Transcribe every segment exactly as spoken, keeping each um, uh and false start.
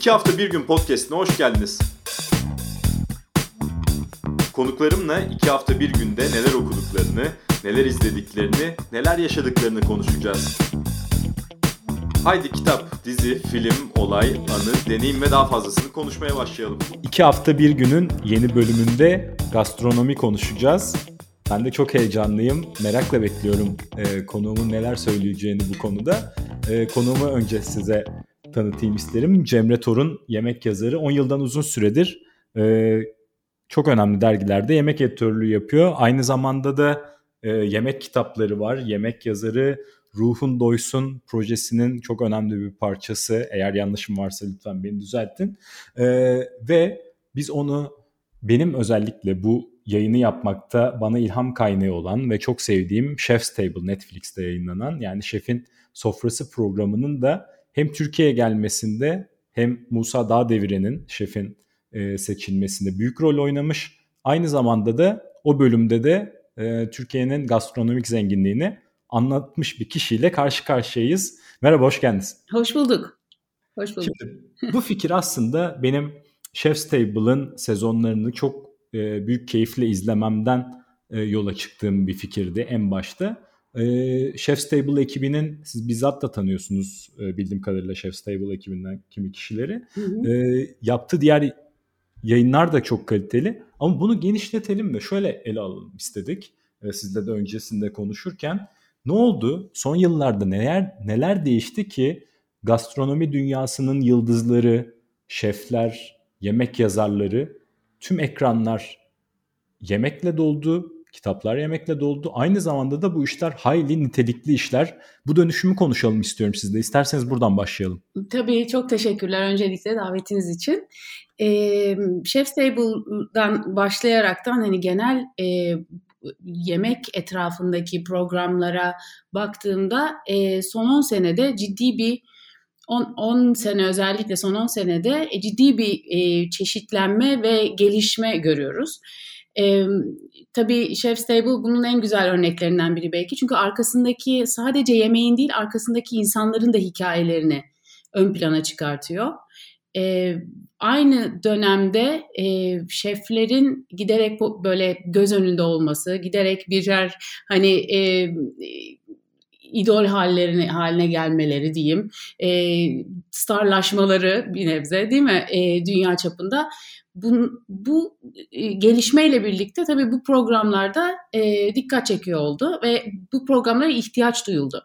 İki Hafta Bir Gün Podcast'ine hoş geldiniz. Konuklarımla iki hafta bir günde neler okuduklarını, neler izlediklerini, neler yaşadıklarını konuşacağız. Haydi kitap, dizi, film, olay, anı, deneyim ve daha fazlasını konuşmaya başlayalım. İki Hafta Bir Gün'ün yeni bölümünde gastronomi konuşacağız. Ben de çok heyecanlıyım. Merakla bekliyorum e, konuğumun neler söyleyeceğini bu konuda. E, konuğumu önce size tanıtayım isterim. Cemre Torun, yemek yazarı. on yıldan uzun süredir e, çok önemli dergilerde yemek editörlüğü yapıyor. Aynı zamanda da e, yemek kitapları var. Yemek yazarı Ruhun Doysun projesinin çok önemli bir parçası. Eğer yanlışım varsa lütfen beni düzeltin. E, ve biz onu, benim özellikle bu yayını yapmakta bana ilham kaynağı olan ve çok sevdiğim Chef's Table, Netflix'te yayınlanan, yani Şefin Sofrası programının da hem Türkiye'ye gelmesinde hem Musa Dağdeviren'in şefin e, seçilmesinde büyük rol oynamış. Aynı zamanda da o bölümde de e, Türkiye'nin gastronomik zenginliğini anlatmış bir kişiyle karşı karşıyayız. Merhaba, hoş geldiniz. Hoş bulduk. Hoş bulduk. Şimdi, bu fikir aslında benim Chef's Table'ın sezonlarını çok e, büyük keyifle izlememden e, yola çıktığım bir fikirdi en başta. E, Chef's Table ekibinin, siz bizzat da tanıyorsunuz e, bildiğim kadarıyla Chef's Table ekibinden kimi kişileri. Hı hı. E, yaptığı diğer yayınlar da çok kaliteli. Ama bunu genişletelim ve şöyle ele alalım istedik. E, sizle de öncesinde konuşurken. Ne oldu? Son yıllarda neler neler değişti ki gastronomi dünyasının yıldızları, şefler, yemek yazarları, tüm ekranlar yemekle doldu, kitaplar yemekle doldu. Aynı zamanda da bu işler hayli nitelikli işler. Bu dönüşümü konuşalım istiyorum sizle. İsterseniz buradan başlayalım. Tabii, çok teşekkürler öncelikle davetiniz için. Ee, Chef's Table'dan başlayaraktan hani genel e, yemek etrafındaki programlara baktığımda e, son on senede ciddi bir on sene özellikle son on senede ciddi bir e, çeşitlenme ve gelişme görüyoruz. E, tabii Chef's Table bunun en güzel örneklerinden biri belki. Çünkü arkasındaki sadece yemeğin değil, arkasındaki insanların da hikayelerini ön plana çıkartıyor. E, aynı dönemde e, şeflerin giderek böyle göz önünde olması, giderek birer hani e, idol hallerine haline gelmeleri diyeyim, e, starlaşmaları bir nebze değil mi e, dünya çapında. Bu, bu e, gelişmeyle birlikte tabii bu programlarda e, dikkat çekiyor oldu ve bu programlara ihtiyaç duyuldu.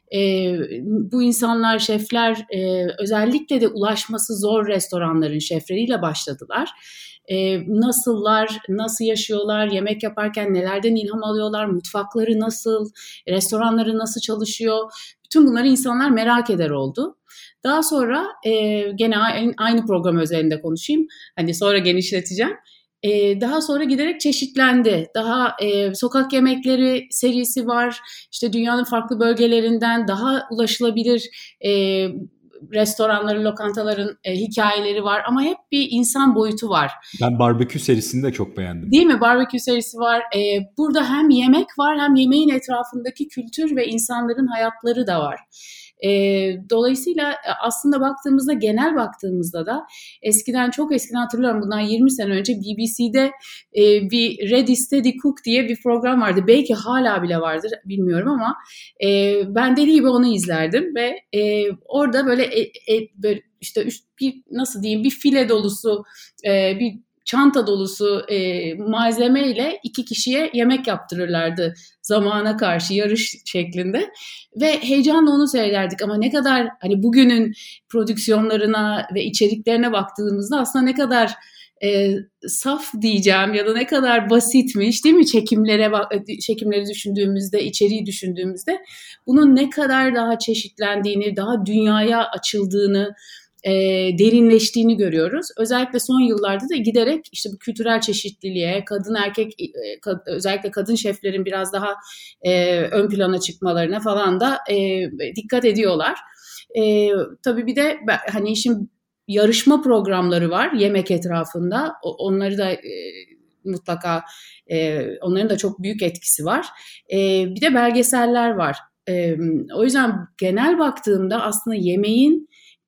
E, bu insanlar, şefler e, özellikle de ulaşması zor restoranların şefleriyle başladılar. E, nasıllar, nasıl yaşıyorlar, yemek yaparken nelerden ilham alıyorlar, mutfakları nasıl, restoranları nasıl çalışıyor, bütün bunları insanlar merak eder oldu. Daha sonra e, gene aynı program özelinde konuşayım, hani sonra genişleteceğim. Ee, daha sonra giderek çeşitlendi. Daha e, sokak yemekleri serisi var. İşte dünyanın farklı bölgelerinden daha ulaşılabilir e, restoranların, lokantaların e, hikayeleri var. Ama hep bir insan boyutu var. Ben barbekü serisini de çok beğendim. Değil mi? Barbekü serisi var. E, burada hem yemek var, hem yemeğin etrafındaki kültür ve insanların hayatları da var. E, dolayısıyla aslında baktığımızda, genel baktığımızda da eskiden, çok eskiden hatırlıyorum, bundan yirmi sene önce B B C'de e, bir Ready Steady Cook diye bir program vardı. Belki hala bile vardır, bilmiyorum ama e, ben deli gibi onu izlerdim ve e, orada böyle, e, e, böyle işte bir, nasıl diyeyim, bir file dolusu e, bir çanta dolusu e, malzemeyle iki kişiye yemek yaptırırlardı zamana karşı, yarış şeklinde ve heyecanla onu seyrederdik. Ama ne kadar hani bugünün prodüksiyonlarına ve içeriklerine baktığımızda aslında ne kadar e, saf diyeceğim ya da ne kadar basitmiş, değil mi? Çekimlere çekimleri düşündüğümüzde, içeriği düşündüğümüzde bunun ne kadar daha çeşitlendiğini, daha dünyaya açıldığını, E, derinleştiğini görüyoruz. Özellikle son yıllarda da giderek işte bu kültürel çeşitliliğe, kadın erkek e, kad, özellikle kadın şeflerin biraz daha e, ön plana çıkmalarına falan da e, dikkat ediyorlar. E, tabii bir de hani işin yarışma programları var yemek etrafında. O, onları da e, mutlaka e, onların da çok büyük etkisi var. E, bir de belgeseller var. E, o yüzden genel baktığımda aslında yemeğin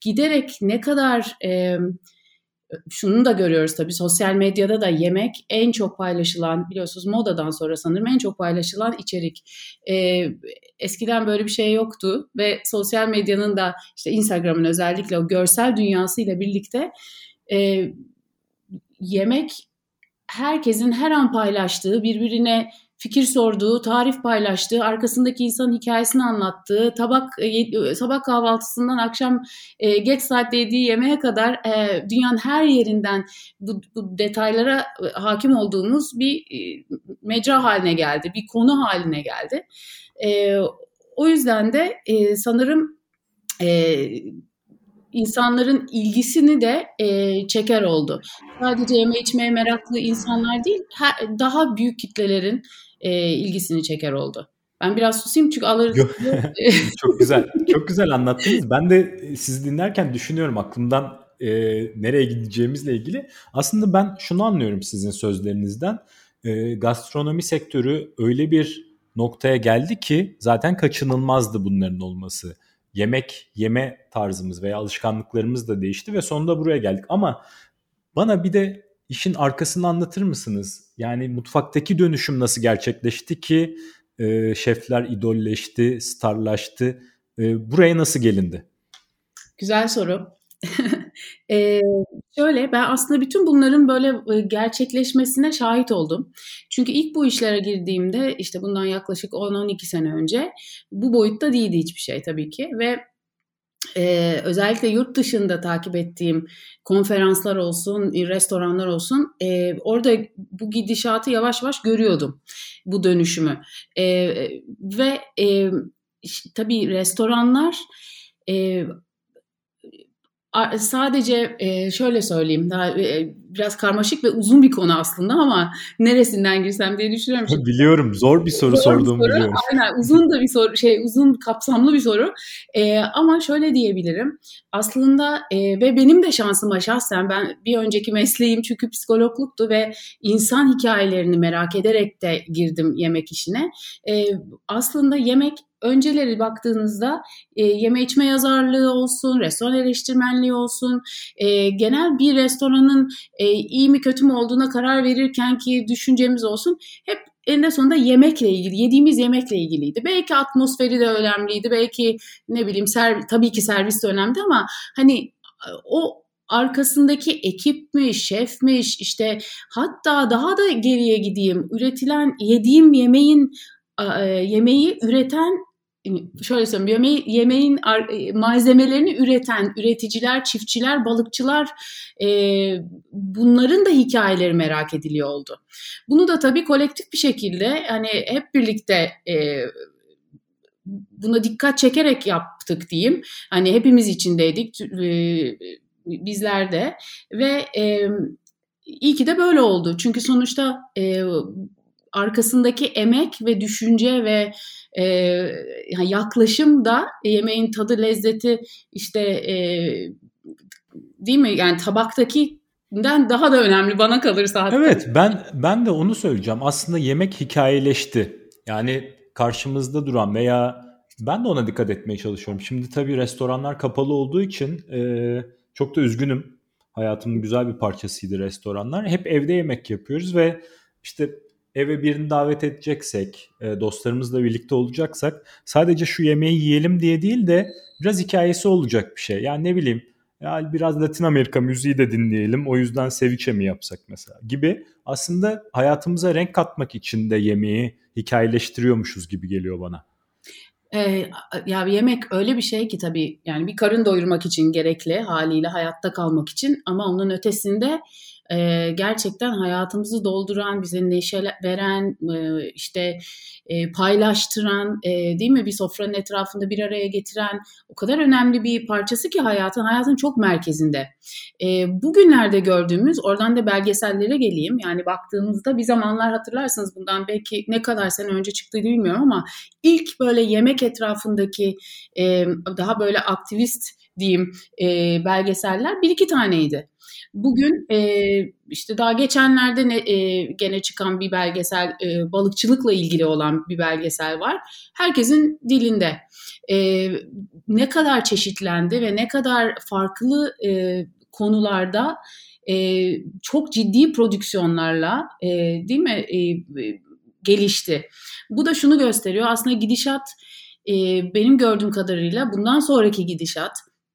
giderek ne kadar e, şunu da görüyoruz tabii, sosyal medyada da yemek en çok paylaşılan, biliyorsunuz modadan sonra sanırım en çok paylaşılan içerik. E, eskiden böyle bir şey yoktu ve sosyal medyanın da işte Instagram'ın özellikle o görsel dünyasıyla birlikte e, yemek herkesin her an paylaştığı, birbirine fikir sorduğu, tarif paylaştığı, arkasındaki insanın hikayesini anlattığı, tabak sabah kahvaltısından akşam e, geç saatte yediği yemeğe kadar e, dünyanın her yerinden bu, bu detaylara e, hakim olduğumuz bir e, mecra haline geldi, bir konu haline geldi. E, o yüzden de e, sanırım e, insanların ilgisini de e, çeker oldu. Sadece yeme içmeye meraklı insanlar değil, her, daha büyük kitlelerin e, ilgisini çeker oldu. Ben biraz susayım çünkü alırız. Çok güzel, çok güzel anlattınız. Ben de sizi dinlerken düşünüyorum aklımdan e, nereye gideceğimizle ilgili. Aslında ben şunu anlıyorum sizin sözlerinizden. E, gastronomi sektörü öyle bir noktaya geldi ki zaten kaçınılmazdı bunların olması. Yemek yeme tarzımız veya alışkanlıklarımız da değişti ve sonunda buraya geldik. Ama bana bir de işin arkasını anlatır mısınız? Yani mutfaktaki dönüşüm nasıl gerçekleşti ki e, şefler idolleşti, starlaştı? E, buraya nasıl gelindi? Güzel soru. ee, şöyle, ben aslında bütün bunların böyle gerçekleşmesine şahit oldum. Çünkü ilk bu işlere girdiğimde, işte bundan yaklaşık on on iki sene önce, bu boyutta değildi hiçbir şey tabii ki ve e, özellikle yurt dışında takip ettiğim konferanslar olsun, restoranlar olsun, e, orada bu gidişatı yavaş yavaş görüyordum, bu dönüşümü. E, ve e, tabii restoranlar e, sadece şöyle söyleyeyim, daha biraz karmaşık ve uzun bir konu aslında ama neresinden girsem diye düşünüyorum. Şimdi, biliyorum, zor bir soru zor sorduğumu soru. biliyorum. Aynen, uzun da bir soru, şey uzun kapsamlı bir soru. Ee, ama şöyle diyebilirim. Aslında e, ve benim de şansıma şahsen, ben bir önceki mesleğim çünkü psikologluktu ve insan hikayelerini merak ederek de girdim yemek işine. E, aslında yemek, önceleri baktığınızda e, yeme içme yazarlığı olsun, restoran eleştirmenliği olsun, e, genel bir restoranın e, iyi mi kötü mü olduğuna karar verirken ki düşüncemiz olsun, hep eninde sonunda yemekle ilgili, yediğimiz yemekle ilgiliydi. Belki atmosferi de önemliydi, belki ne bileyim serv- tabii ki servis de önemli ama hani o arkasındaki ekipmiş, şefmiş, işte hatta daha da geriye gideyim, üretilen, yediğim yemeğin yemeği üreten, şöyle söyleyeyim, yemeği, yemeğin malzemelerini üreten üreticiler, çiftçiler, balıkçılar, e, bunların da hikayeleri merak ediliyor oldu. Bunu da tabii kolektif bir şekilde, hani hep birlikte e, buna dikkat çekerek yaptık diyeyim. Hani hepimiz içindeydik, e, bizler de ve e, iyi ki de böyle oldu. Çünkü sonuçta e, arkasındaki emek ve düşünce ve e, yaklaşım da yemeğin tadı, lezzeti, işte e, değil mi? Yani tabaktakinden daha da önemli bana kalırsa hatta. Evet, ben ben de onu söyleyeceğim. Aslında yemek hikayeleşti. Yani karşımızda duran veya ben de ona dikkat etmeye çalışıyorum. Şimdi tabii restoranlar kapalı olduğu için e, çok da üzgünüm. Hayatımın güzel bir parçasıydı restoranlar. Hep evde yemek yapıyoruz ve işte eve birini davet edeceksek, dostlarımızla birlikte olacaksak sadece şu yemeği yiyelim diye değil de biraz hikayesi olacak bir şey. Yani ne bileyim, ya biraz Latin Amerika müziği de dinleyelim, o yüzden ceviche mi yapsak mesela gibi. Aslında hayatımıza renk katmak için de yemeği hikayeleştiriyormuşuz gibi geliyor bana. Ee, ya yemek öyle bir şey ki tabii, yani bir karın doyurmak için gerekli, haliyle hayatta kalmak için, ama onun ötesinde e, gerçekten hayatımızı dolduran, bize neşe veren, e, işte e, paylaştıran, e, değil mi, bir sofranın etrafında bir araya getiren o kadar önemli bir parçası ki hayatın hayatın çok merkezinde. E, bugünlerde gördüğümüz, oradan da belgesellere geleyim, yani baktığımızda bir zamanlar, hatırlarsınız, bundan belki ne kadar sene önce çıktığını bilmiyorum ama ilk böyle yemek etrafındaki e, daha böyle aktivist diyeyim e, belgeseller bir iki taneydi. Bugün e, işte daha geçenlerde ne, e, gene çıkan bir belgesel, e, balıkçılıkla ilgili olan bir belgesel var. Herkesin dilinde. E, ne kadar çeşitlendi ve ne kadar farklı e, konularda e, çok ciddi prodüksiyonlarla e, değil mi e, gelişti. Bu da şunu gösteriyor. Aslında gidişat e, benim gördüğüm kadarıyla bundan sonraki gidişat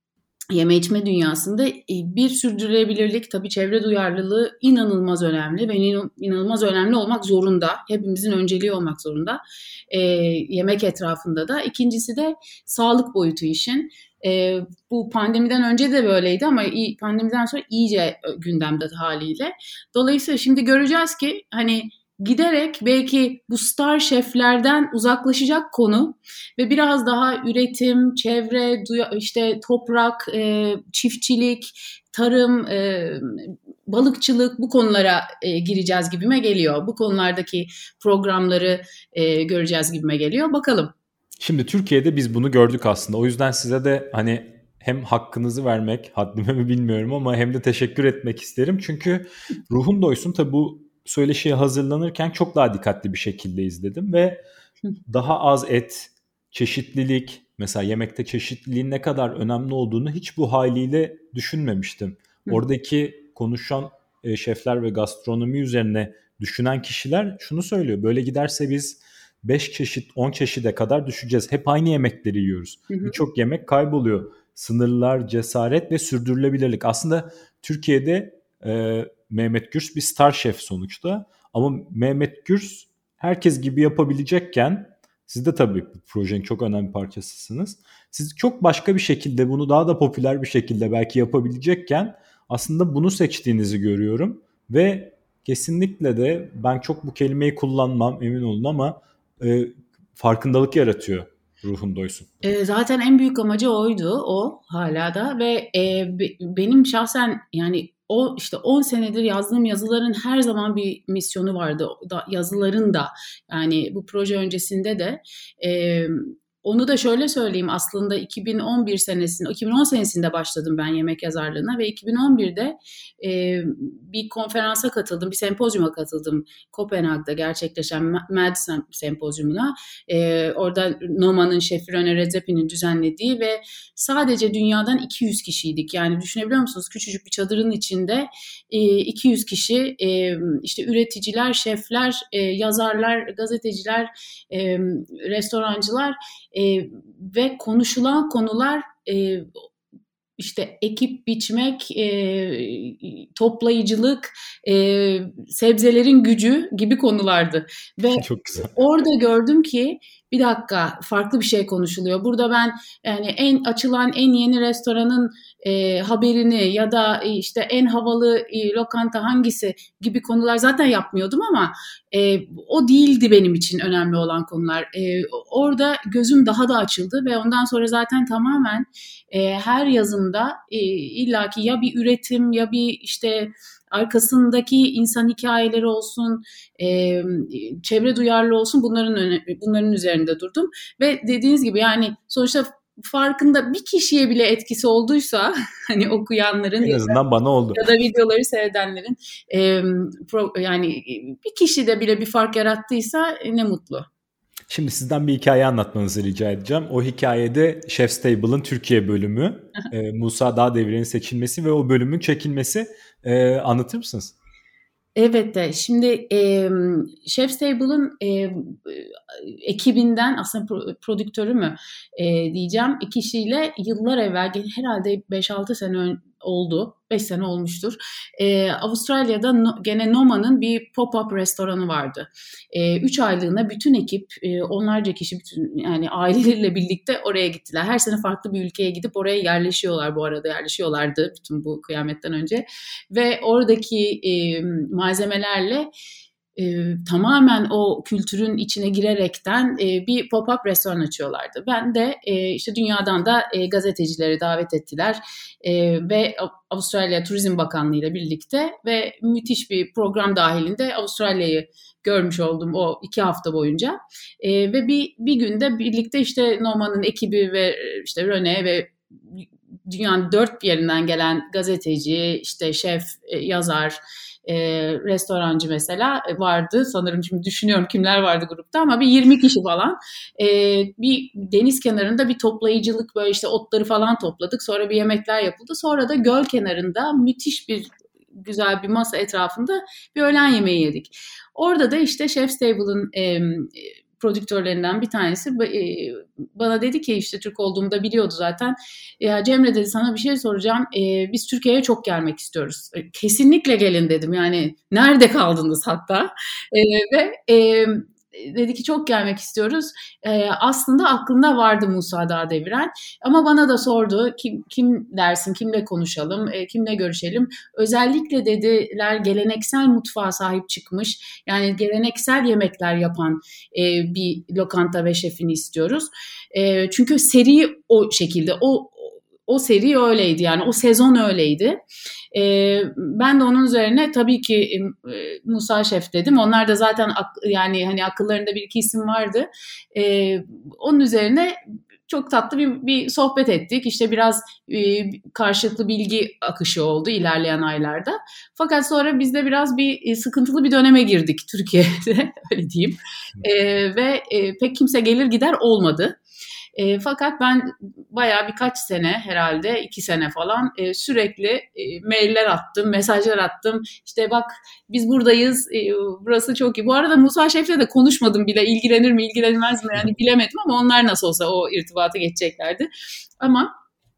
yeme içme dünyasında bir sürdürülebilirlik, tabii çevre duyarlılığı inanılmaz önemli ve inanılmaz önemli olmak zorunda. Hepimizin önceliği olmak zorunda. E, yemek etrafında da. İkincisi de sağlık boyutu işin. E, bu pandemiden önce de böyleydi ama pandemiden sonra iyice gündemde haliyle. Dolayısıyla şimdi göreceğiz ki hani giderek belki bu star şeflerden uzaklaşacak konu ve biraz daha üretim, çevre, işte toprak, e, çiftçilik, tarım, e, balıkçılık bu konulara e, gireceğiz gibime geliyor. Bu konulardaki programları e, göreceğiz gibime geliyor. Bakalım. Şimdi Türkiye'de biz bunu gördük aslında. O yüzden size de hani hem hakkınızı vermek, haddime mi bilmiyorum ama hem de teşekkür etmek isterim. Çünkü ruhun doysun, tabii bu söyleşiye hazırlanırken çok daha dikkatli bir şekilde izledim ve daha az et, çeşitlilik, mesela yemekte çeşitliliğin ne kadar önemli olduğunu hiç bu haliyle düşünmemiştim. Oradaki konuşan e, şefler ve gastronomi üzerine düşünen kişiler şunu söylüyor: böyle giderse biz beş çeşit, on çeşide kadar düşeceğiz. Hep aynı yemekleri yiyoruz. Birçok yemek kayboluyor. Sınırlar, cesaret ve sürdürülebilirlik. Aslında Türkiye'de e, Mehmet Gürs bir star şef sonuçta. Ama Mehmet Gürs herkes gibi yapabilecekken, siz de tabii bu projenin çok önemli parçasısınız. Siz çok başka bir şekilde bunu daha da popüler bir şekilde belki yapabilecekken aslında bunu seçtiğinizi görüyorum. Ve kesinlikle de ben çok bu kelimeyi kullanmam, emin olun, ama e, farkındalık yaratıyor ruhun doysun. E, zaten en büyük amacı oydu, o hala da ve e, be, benim şahsen yani o işte on senedir yazdığım yazıların her zaman bir misyonu vardı. Da, yazıların da yani bu proje öncesinde de e, onu da şöyle söyleyeyim, aslında iki bin on bir senesinde, iki bin on senesinde başladım ben yemek yazarlığına ve iki bin on birde e, bir konferansa katıldım, bir sempozyuma katıldım. Kopenhag'da gerçekleşen M A D sempozyumuna. E, orada Noma'nın şefi Rene Redzepi'nin düzenlediği ve sadece dünyadan iki yüz kişiydik. Yani düşünebiliyor musunuz? Küçücük bir çadırın içinde e, iki yüz kişi, e, işte üreticiler, şefler, e, yazarlar, gazeteciler, e, restorancılar, e, ve konuşulan konular e, işte ekip biçmek, e, toplayıcılık, e, sebzelerin gücü gibi konulardı. Ve çok güzel. Orada gördüm ki bir dakika, farklı bir şey konuşuluyor. Burada ben yani en açılan en yeni restoranın e, haberini ya da e, işte en havalı e, lokanta hangisi gibi konular zaten yapmıyordum ama e, o değildi benim için önemli olan konular. E, orada gözüm daha da açıldı ve ondan sonra zaten tamamen e, her yazımda e, illaki ya bir üretim ya bir işte arkasındaki insan hikayeleri olsun, e, çevre duyarlı olsun, bunların bunların üzerinde durdum ve dediğiniz gibi yani sonuçta farkında bir kişiye bile etkisi olduysa hani okuyanların en azından ya da, bana oldu ya da videoları seyredenlerin e, pro, yani bir kişi de bile bir fark yarattıysa ne mutlu. Şimdi sizden bir hikaye anlatmanızı rica edeceğim. O hikayede Chef's Table'ın Türkiye bölümü, e, Musa Dağdeviren'in seçilmesi ve o bölümün çekilmesi. E, anlatır mısınız? Evet de şimdi e, Chef's Table'ın e, ekibinden aslında pro, prodüktörü mü e, diyeceğim kişiyle yıllar evvel, herhalde beş altı sene ön, oldu. beş sene olmuştur. Ee, Avustralya'da no, gene Noma'nın bir pop-up restoranı vardı. Ee, üç aylığına bütün ekip, e, onlarca kişi, bütün yani aileleriyle birlikte oraya gittiler. Her sene farklı bir ülkeye gidip oraya yerleşiyorlar, bu arada yerleşiyorlardı bütün bu kıyametten önce. Ve oradaki e, malzemelerle E, tamamen o kültürün içine girerekten e, bir pop-up restoran açıyorlardı. Ben de e, işte dünyadan da e, gazetecileri davet ettiler e, ve Avustralya Turizm Bakanlığı ile birlikte ve müthiş bir program dahilinde Avustralya'yı görmüş oldum o iki hafta boyunca e, ve bir bir günde birlikte işte Noma'nın ekibi ve işte Rene ve dünyanın dört bir yerinden gelen gazeteci, işte şef, e, yazar, e, restorancı mesela vardı. Sanırım şimdi düşünüyorum kimler vardı grupta ama bir yirmi kişi falan. E, bir deniz kenarında bir toplayıcılık, böyle işte otları falan topladık. Sonra bir yemekler yapıldı. Sonra da göl kenarında müthiş bir güzel bir masa etrafında bir öğlen yemeği yedik. Orada da işte Chef's Table'ın e, prodüktörlerinden bir tanesi e, bana dedi ki, işte Türk olduğumu da biliyordu zaten. Ya Cemre dedi, sana bir şey soracağım. E, biz Türkiye'ye çok gelmek istiyoruz. E, kesinlikle gelin dedim. Yani nerede kaldınız hatta? E, ve e, dedi ki çok gelmek istiyoruz. Ee, aslında aklında vardı Musa Dağdeviren ama bana da sordu, kim, kim dersin, kimle konuşalım, e, kimle görüşelim. Özellikle dediler geleneksel mutfağa sahip çıkmış, yani geleneksel yemekler yapan e, bir lokanta ve şefini istiyoruz. E, çünkü seri o şekilde, o O seri öyleydi, yani o sezon öyleydi. Ee, ben de onun üzerine tabii ki e, Musa Şef dedim. Onlar da zaten ak- yani hani akıllarında bir iki isim vardı. Ee, onun üzerine çok tatlı bir, bir sohbet ettik. İşte biraz e, karşılıklı bilgi akışı oldu ilerleyen aylarda. Fakat sonra biz de biraz bir e, sıkıntılı bir döneme girdik Türkiye'de, öyle diyeyim. E, ve e, pek kimse gelir gider olmadı. E, fakat ben bayağı birkaç sene, herhalde iki sene falan e, sürekli e, mailler attım, mesajlar attım. İşte bak biz buradayız, e, burası çok iyi. Bu arada Musa Şef'le de konuşmadım bile, ilgilenir mi ilgilenmez mi yani bilemedim ama onlar nasıl olsa o irtibatı geçeceklerdi. Ama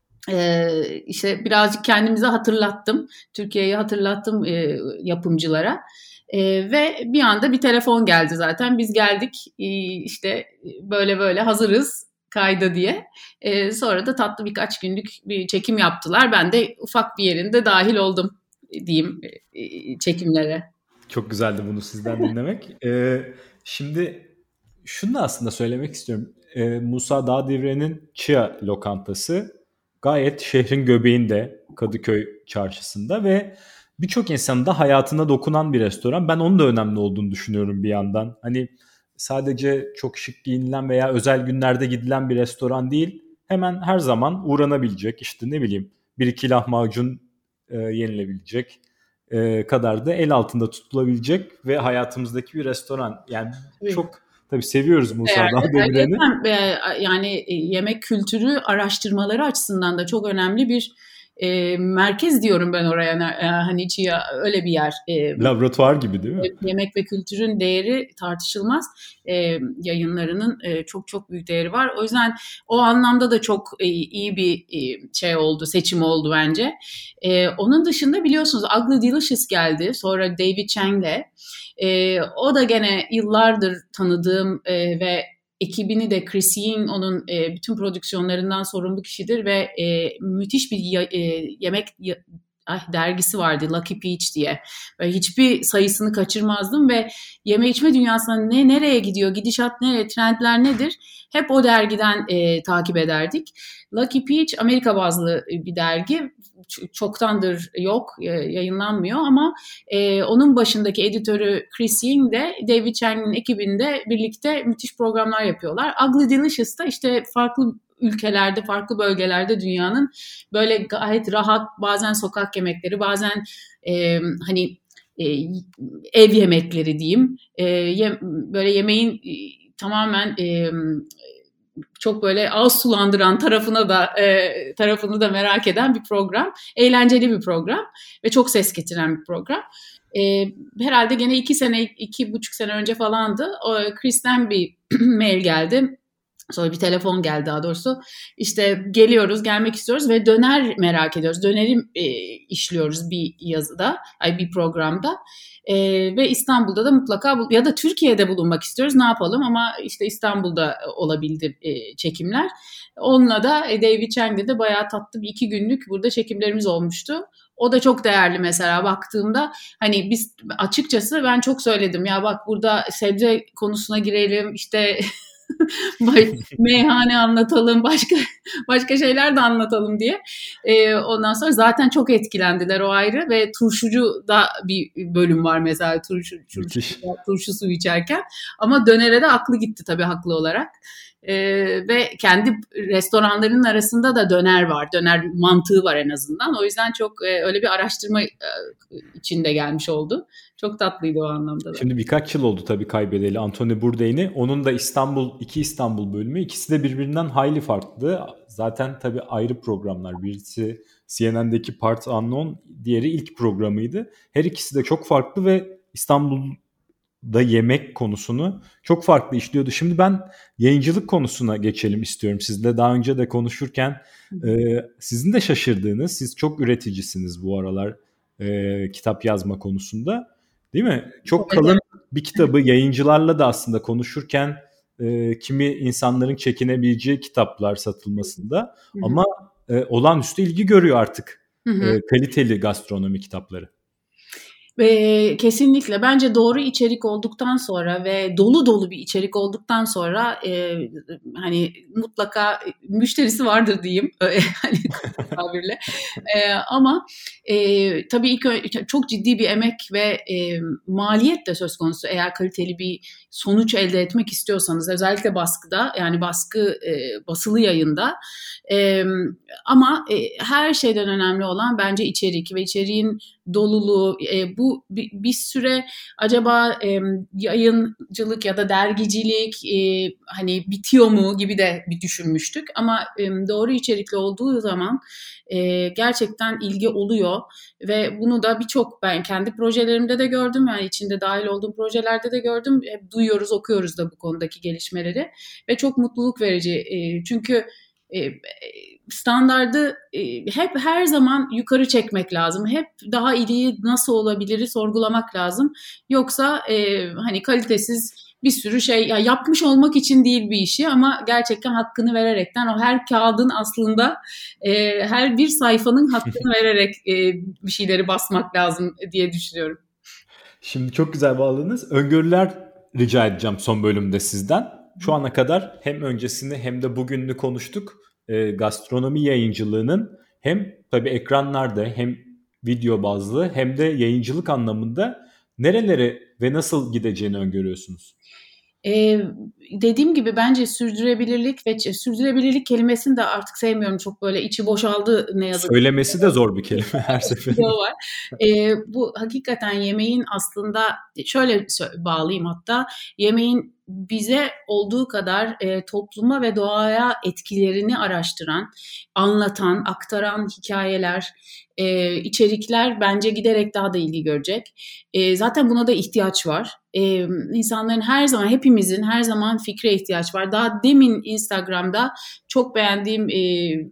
e, işte birazcık kendimize hatırlattım, Türkiye'yi hatırlattım e, yapımcılara. Ee, ve bir anda bir telefon geldi zaten. Biz geldik, e, işte böyle böyle hazırız kayda diye. Ee, sonra da tatlı birkaç günlük bir çekim yaptılar. Ben de ufak bir yerinde dahil oldum diyeyim e, çekimlere. Çok güzeldi bunu sizden dinlemek. Ee, şimdi şunu da aslında söylemek istiyorum. Ee, Musa Dağdeviren'in Chia lokantası gayet şehrin göbeğinde, Kadıköy çarşısında ve birçok insanın da hayatına dokunan bir restoran. Ben onun da önemli olduğunu düşünüyorum bir yandan. Hani sadece çok şık giyinilen veya özel günlerde gidilen bir restoran değil. Hemen her zaman uğranabilecek, işte ne bileyim bir iki lahmacun e, yenilebilecek e, kadar da el altında tutulabilecek ve hayatımızdaki bir restoran. Yani evet. Çok tabii seviyoruz Musa Dağdeviren'i. Yani yemek kültürü araştırmaları açısından da çok önemli bir E, merkez diyorum ben oraya, e, hani Chia öyle bir yer. E, Laboratuvar gibi değil mi? Yemek ve kültürün değeri tartışılmaz. E, yayınlarının e, çok çok büyük değeri var. O yüzden o anlamda da çok e, iyi bir e, şey oldu, seçim oldu bence. E, onun dışında biliyorsunuz Ugly Delicious geldi. Sonra David Chang'le. E, o da gene yıllardır tanıdığım e, ve ekibini de Chris Ying onun e, bütün prodüksiyonlarından sorumlu kişidir ve e, müthiş bir ya, e, yemek ya, ay, dergisi vardı Lucky Peach diye. Böyle hiçbir sayısını kaçırmazdım ve yeme içme dünyasına ne nereye gidiyor, gidişat nereye, trendler nedir? Hep o dergiden e, takip ederdik. Lucky Peach Amerika bazlı bir dergi. Çoktandır yok, yayınlanmıyor ama e, onun başındaki editörü Chris Ying de David Chang'in ekibinde birlikte müthiş programlar yapıyorlar. Ugly Delicious da işte farklı ülkelerde, farklı bölgelerde dünyanın böyle gayet rahat, bazen sokak yemekleri, bazen e, hani e, ev yemekleri diyeyim. E, ye, böyle yemeğin e, tamamen e, çok böyle ağız sulandıran tarafına da e, tarafını da merak eden bir program. Eğlenceli bir program ve çok ses getiren bir program. E, herhalde gene iki sene, iki buçuk sene önce falandı. O, Chris'ten bir mail geldi. Sonra bir telefon geldi daha doğrusu. İşte geliyoruz, gelmek istiyoruz ve döner merak ediyoruz. Döneri e, işliyoruz bir yazıda, ay bir programda. E, ve İstanbul'da da mutlaka ya da Türkiye'de bulunmak istiyoruz. Ne yapalım ama işte İstanbul'da olabildi e, çekimler. Onunla da e, David Chang'de de bayağı tatlı bir iki günlük burada çekimlerimiz olmuştu. O da çok değerli mesela baktığımda. Hani biz açıkçası ben çok söyledim ya bak burada sebze konusuna girelim işte meyhane anlatalım, başka başka şeyler de anlatalım diye. Ee, ondan sonra zaten çok etkilendiler, o ayrı ve turşucu da bir bölüm var mesela turşu, turşu, turşu suyu içerken. Ama dönere de aklı gitti tabii haklı olarak. e, ve kendi restoranlarının arasında da döner var. Döner mantığı var en azından. O yüzden çok e, öyle bir araştırma e, içinde gelmiş oldu. Çok tatlıydı o anlamda da. Şimdi birkaç yıl oldu tabii kaybedeli Anthony Bourdain'i. Onun da İstanbul, iki İstanbul bölümü. İkisi de birbirinden hayli farklı. Zaten tabii ayrı programlar. Birisi C N N'deki Part Unknown, diğeri ilk programıydı. Her ikisi de çok farklı ve İstanbul'da yemek konusunu çok farklı işliyordu. Şimdi ben yayıncılık konusuna geçelim istiyorum. Sizle daha önce de konuşurken e, sizin de şaşırdığınız, siz çok üreticisiniz bu aralar e, kitap yazma konusunda. Değil mi? Çok kalın bir kitabı yayıncılarla da aslında konuşurken e, kimi insanların çekinebileceği kitaplar satılmasında, hı hı, ama e, olağanüstü ilgi görüyor artık hı hı. E, kaliteli gastronomi kitapları. Ve kesinlikle bence doğru içerik olduktan sonra ve dolu dolu bir içerik olduktan sonra e, hani mutlaka müşterisi vardır diyeyim hani tabirle e, ama e, tabii ilk çok ciddi bir emek ve e, maliyet de söz konusu eğer kaliteli bir sonuç elde etmek istiyorsanız, özellikle baskıda, yani baskı e, basılı yayında e, ama e, her şeyden önemli olan bence içerik ve içeriğin doluluğu. E, bu bir, bir süre acaba e, yayıncılık ya da dergicilik e, hani bitiyor mu gibi de bir düşünmüştük ama e, doğru içerikli olduğu zaman e, gerçekten ilgi oluyor ve bunu da birçok, ben kendi projelerimde de gördüm, yani içinde dahil olduğum projelerde de gördüm. Hep duyuyoruz, okuyoruz da bu konudaki gelişmeleri ve çok mutluluk verici e, çünkü e, standardı e, hep her zaman yukarı çekmek lazım. Hep daha iyiliği nasıl olabilir sorgulamak lazım. Yoksa e, hani kalitesiz bir sürü şey ya, yapmış olmak için değil bir işi ama gerçekten hakkını vererekten, o her kağıdın aslında e, her bir sayfanın hakkını vererek e, bir şeyleri basmak lazım diye düşünüyorum. Şimdi çok güzel bağladınız. Öngörüler rica edeceğim son bölümde sizden. Şu ana kadar hem öncesini hem de bugününü konuştuk. E, gastronomi yayıncılığının hem tabii ekranlarda hem video bazlı hem de yayıncılık anlamında nerelere ve nasıl gideceğini öngörüyorsunuz? Ee, dediğim gibi bence sürdürülebilirlik ve sürdürülebilirlik kelimesini de artık sevmiyorum, çok böyle içi boşaldı ne yazık ki. Söylemesi de zor bir kelime her seferinde. var. Ee, bu hakikaten yemeğin aslında şöyle bağlayayım, hatta yemeğin bize olduğu kadar e, topluma ve doğaya etkilerini araştıran, anlatan, aktaran hikayeler, e, içerikler bence giderek daha da ilgi görecek. E, zaten buna da ihtiyaç var. E, insanların her zaman, hepimizin her zaman fikre ihtiyaç var. Daha demin Instagram'da çok beğendiğim, e,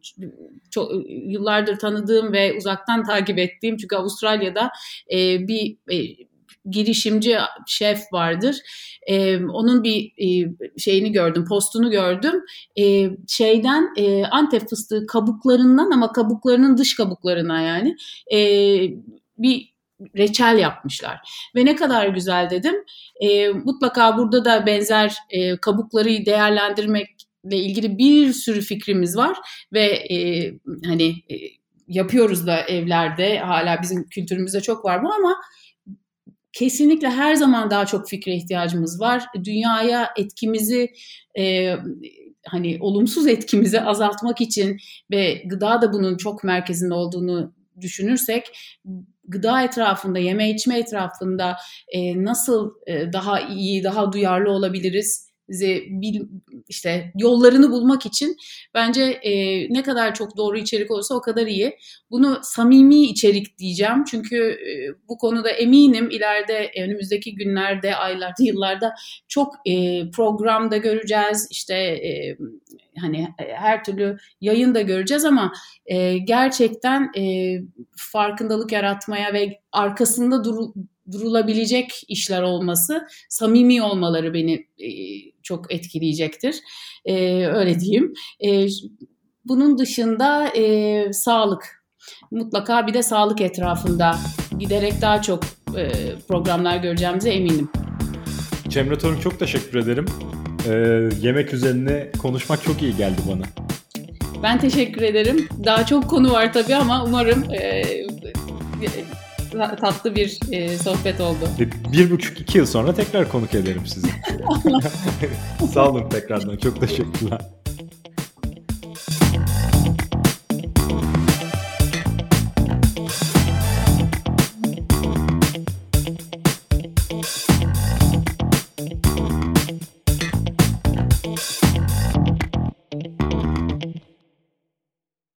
çok, yıllardır tanıdığım ve uzaktan takip ettiğim, çünkü Avustralya'da e, bir e, girişimci şef vardır. Ee, onun bir e, şeyini gördüm, postunu gördüm. Ee, şeyden e, Antep fıstığı kabuklarından, ama kabuklarının dış kabuklarına yani e, bir reçel yapmışlar. Ve ne kadar güzel dedim. E, mutlaka burada da benzer e, kabukları değerlendirmekle ilgili bir sürü fikrimiz var ve e, hani e, yapıyoruz da evlerde, hala bizim kültürümüzde çok var bu, ama kesinlikle her zaman daha çok fikre ihtiyacımız var. Dünyaya etkimizi, e, hani olumsuz etkimizi azaltmak için ve gıda da bunun çok merkezinde olduğunu düşünürsek, gıda etrafında, yeme içme etrafında e, nasıl e, daha iyi, daha duyarlı olabiliriz? İşte yollarını bulmak için bence e, ne kadar çok doğru içerik olursa o kadar iyi. Bunu samimi içerik diyeceğim çünkü e, bu konuda eminim ileride, önümüzdeki günlerde, aylarda, yıllarda çok e, programda göreceğiz. İşte e, hani her türlü yayın da göreceğiz ama e, gerçekten e, farkındalık yaratmaya ve arkasında duru, durulabilecek işler olması, samimi olmaları beni e, çok etkileyecektir. E, öyle diyeyim. E, bunun dışında e, sağlık. Mutlaka bir de sağlık etrafında giderek daha çok e, programlar göreceğimize eminim. Cemre Torun, çok teşekkür ederim. Ee, yemek üzerine konuşmak çok iyi geldi bana. Ben teşekkür ederim. Daha çok konu var tabii ama umarım e, tatlı bir e, sohbet oldu. Bir buçuk iki yıl sonra tekrar konuk ederim sizi. Sağ olun tekrardan. Çok teşekkürler.